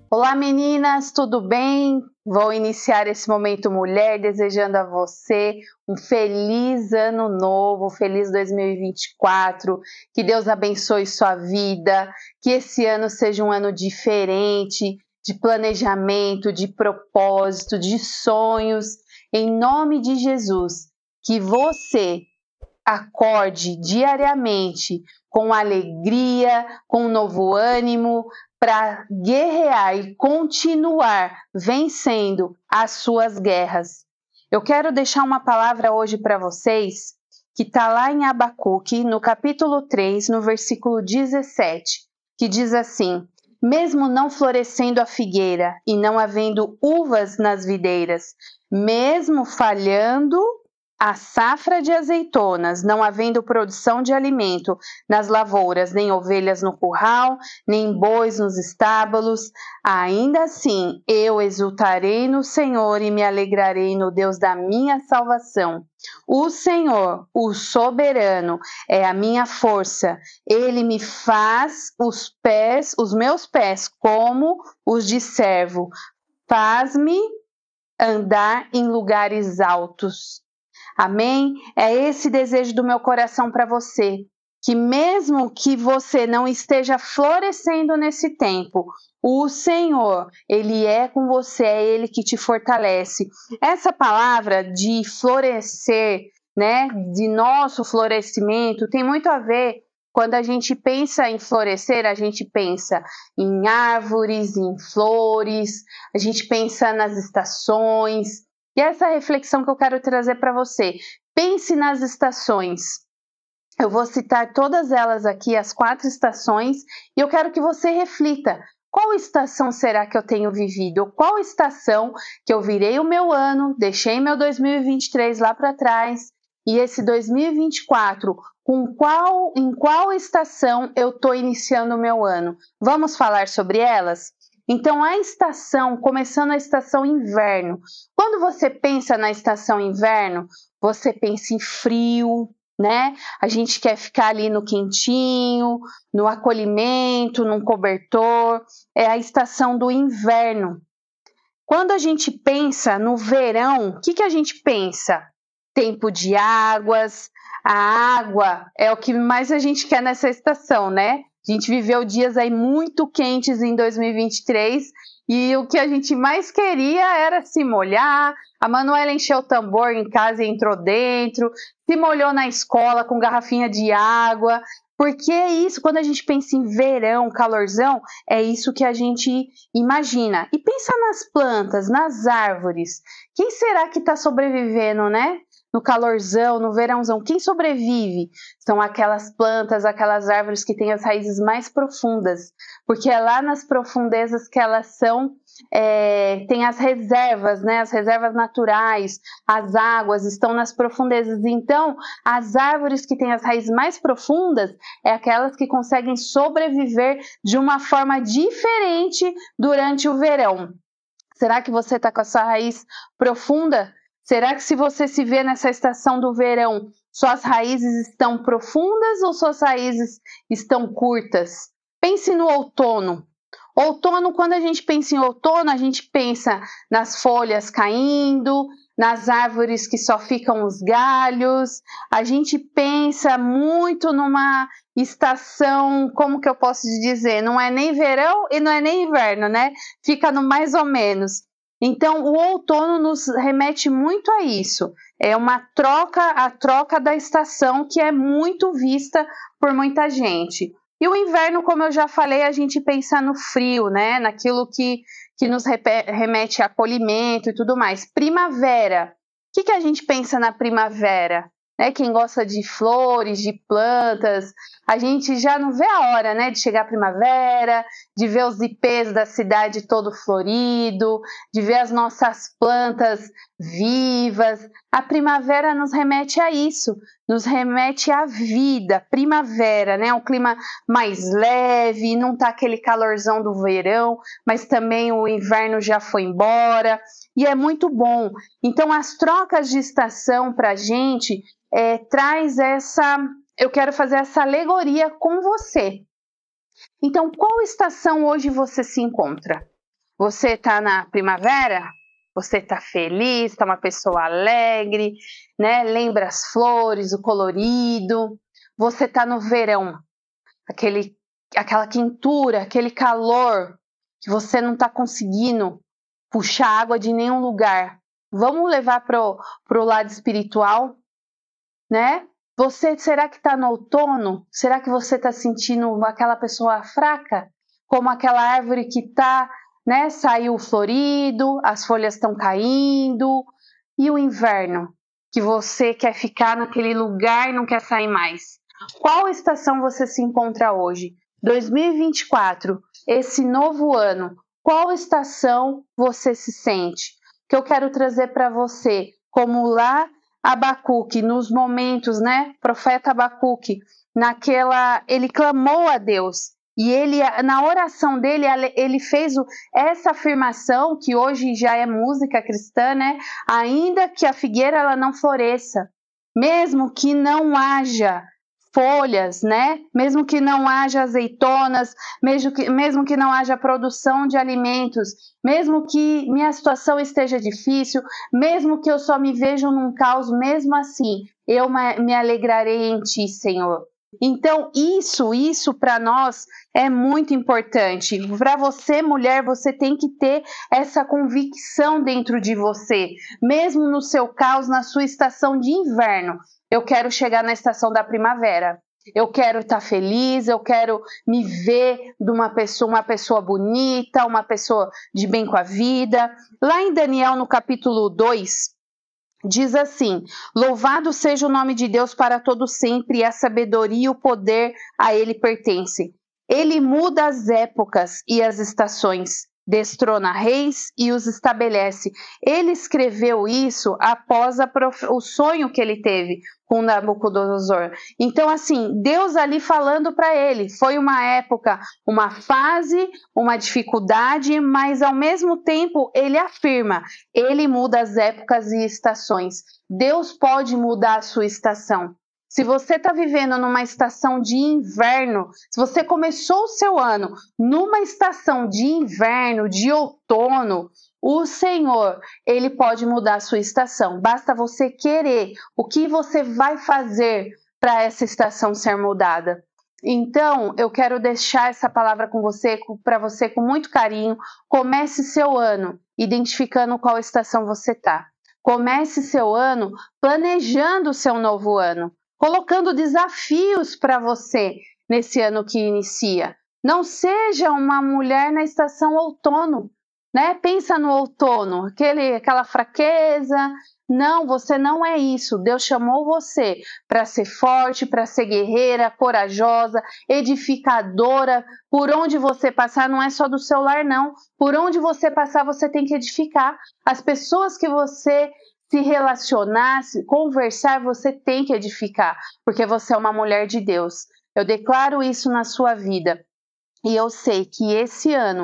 Olá meninas, tudo bem? Vou iniciar esse Momento Mulher desejando a você um feliz ano novo, feliz 2024, que Deus abençoe sua vida, que esse ano seja um ano diferente, de planejamento, de propósito, de sonhos, em nome de Jesus, que você acorde diariamente com alegria, com um novo ânimo, para guerrear e continuar vencendo as suas guerras. Eu quero deixar uma palavra hoje para vocês que está lá em Abacuque, no capítulo 3, no versículo 17, que diz assim: mesmo não florescendo a figueira e não havendo uvas nas videiras, mesmo falhando a safra de azeitonas, não havendo produção de alimento nas lavouras, nem ovelhas no curral, nem bois nos estábulos, ainda assim eu exultarei no Senhor e me alegrarei no Deus da minha salvação. O Senhor, o soberano, é a minha força. Ele me faz os meus pés como os de servo. Faz-me andar em lugares altos. Amém? É esse desejo do meu coração para você, que mesmo que você não esteja florescendo nesse tempo, o Senhor, Ele é com você, é Ele que te fortalece. Essa palavra de florescer, né, de nosso florescimento, tem muito a ver. Quando a gente pensa em florescer, a gente pensa em árvores, em flores, a gente pensa nas estações. E essa reflexão que eu quero trazer para você. Pense nas estações. Eu vou citar todas elas aqui, as 4 estações, e eu quero que você reflita. Qual estação será que eu tenho vivido? Qual estação que eu virei o meu ano, deixei meu 2023 lá para trás, e esse 2024, em qual estação eu estou iniciando o meu ano? Vamos falar sobre elas? Então, a estação, começando a estação inverno. Quando você pensa na estação inverno, você pensa em frio, né? A gente quer ficar ali no quentinho, no acolhimento, num cobertor. É a estação do inverno. Quando a gente pensa no verão, o que a gente pensa? Tempo de águas. A água é o que mais a gente quer nessa estação, né? A gente viveu dias aí muito quentes em 2023 e o que a gente mais queria era se molhar. A Manuela encheu o tambor em casa e entrou dentro, se molhou na escola com garrafinha de água, porque é isso, quando a gente pensa em verão, calorzão, é isso que a gente imagina. E pensa nas plantas, nas árvores. Quem será que está sobrevivendo, né? No calorzão, no verãozão, quem sobrevive? São aquelas plantas, aquelas árvores que têm as raízes mais profundas, porque é lá nas profundezas que elas são, tem as reservas, né? As reservas naturais, as águas estão nas profundezas. Então, as árvores que têm as raízes mais profundas é aquelas que conseguem sobreviver de uma forma diferente durante o verão. Será que você está com a sua raiz profunda? Será que se você se vê nessa estação do verão, suas raízes estão profundas ou suas raízes estão curtas? Pense no outono. Outono, quando a gente pensa em outono, a gente pensa nas folhas caindo, nas árvores que só ficam os galhos. A gente pensa muito numa estação, como que eu posso dizer? Não é nem verão e não é nem inverno, né? Fica no mais ou menos. Então, o outono nos remete muito a isso. É uma troca, a troca da estação que é muito vista por muita gente. E o inverno, como eu já falei, a gente pensa no frio, né? Naquilo que nos remete a acolhimento e tudo mais. Primavera. O que a gente pensa na primavera? Né? Quem gosta de flores, de plantas, a gente já não vê a hora, né, de chegar a primavera, de ver os ipês da cidade todo florido, de ver as nossas plantas vivas. A primavera nos remete a isso, nos remete à vida, primavera, né? Um clima mais leve, não tá aquele calorzão do verão, mas também o inverno já foi embora e é muito bom. Então, as trocas de estação para a gente traz essa. Eu quero fazer essa alegoria com você. Então, qual estação hoje você se encontra? Você está na primavera? Você está feliz, está uma pessoa alegre, né? Lembra as flores, o colorido. Você está no verão, aquela quentura, aquele calor que você não está conseguindo puxar água de nenhum lugar. Vamos levar pro lado espiritual, né? Será que está no outono? Será que você está sentindo aquela pessoa fraca? Como aquela árvore que está, né? Saiu florido, as folhas estão caindo. E o inverno? Que você quer ficar naquele lugar e não quer sair mais. Qual estação você se encontra hoje? 2024, esse novo ano, qual estação você se sente? Que eu quero trazer para você, como lá Abacuque, nos momentos, né? Profeta Abacuque, ele clamou a Deus. E ele, na oração dele, ele fez essa afirmação, que hoje já é música cristã, né? Ainda que a figueira ela não floresça, mesmo que não haja folhas, né? Mesmo que não haja azeitonas, mesmo que não haja produção de alimentos, mesmo que minha situação esteja difícil, mesmo que eu só me veja num caos, mesmo assim, eu me alegrarei em ti, Senhor. Então, isso para nós é muito importante. Para você, mulher, você tem que ter essa convicção dentro de você, mesmo no seu caos, na sua estação de inverno. Eu quero chegar na estação da primavera. Eu quero estar feliz, eu quero me ver de uma pessoa bonita, uma pessoa de bem com a vida. Lá em Daniel, no capítulo 2, diz assim: louvado seja o nome de Deus para todo sempre, e a sabedoria e o poder a ele pertencem. Ele muda as épocas e as estações, destrona reis e os estabelece. Ele escreveu isso após o sonho que ele teve com Nabucodonosor. Então, assim, Deus ali falando para ele, foi uma época, uma fase, uma dificuldade, mas ao mesmo tempo ele afirma, ele muda as épocas e estações. Deus pode mudar a sua estação. Se você está vivendo numa estação de inverno, se você começou o seu ano numa estação de inverno, de outono, o Senhor, Ele pode mudar a sua estação. Basta você querer. O que você vai fazer para essa estação ser mudada? Então, eu quero deixar essa palavra para você com muito carinho. Comece seu ano identificando qual estação você está. Comece seu ano planejando o seu novo ano, colocando desafios para você nesse ano que inicia. Não seja uma mulher na estação outono, né? Pensa no outono, aquela fraqueza. Não, você não é isso. Deus chamou você para ser forte, para ser guerreira, corajosa, edificadora. Por onde você passar, não é só do seu lar, não. Por onde você passar, você tem que edificar. As pessoas que você se relacionar, se conversar, você tem que edificar, porque você é uma mulher de Deus. Eu declaro isso na sua vida. E eu sei que esse ano,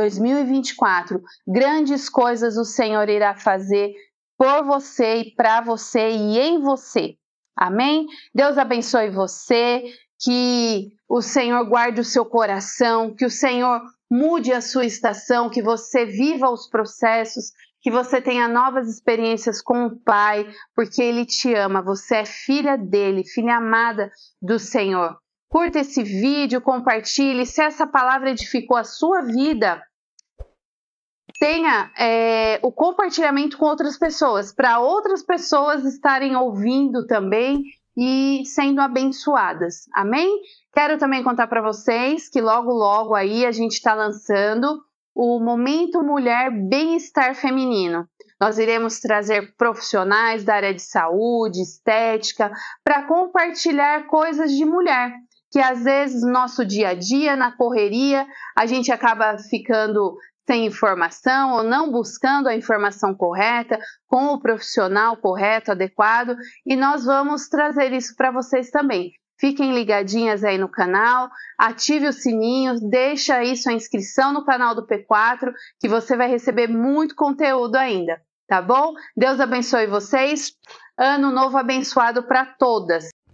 2024, grandes coisas o Senhor irá fazer por você e para você e em você. Amém? Deus abençoe você, que o Senhor guarde o seu coração, que o Senhor mude a sua estação, que você viva os processos, que você tenha novas experiências com o Pai, porque Ele te ama, você é filha dEle, filha amada do Senhor. Curta esse vídeo, compartilhe. Se essa palavra edificou a sua vida, tenha o compartilhamento com outras pessoas, para outras pessoas estarem ouvindo também e sendo abençoadas. Amém? Quero também contar para vocês que logo aí a gente está lançando o Momento Mulher Bem-Estar Feminino. Nós iremos trazer profissionais da área de saúde, estética, para compartilhar coisas de mulher, que às vezes no nosso dia a dia, na correria, a gente acaba ficando sem informação ou não buscando a informação correta, com o profissional correto, adequado, e nós vamos trazer isso para vocês também. Fiquem ligadinhas aí no canal, ative o sininho, deixa aí sua inscrição no canal do P4, que você vai receber muito conteúdo ainda, tá bom? Deus abençoe vocês, ano novo abençoado para todas!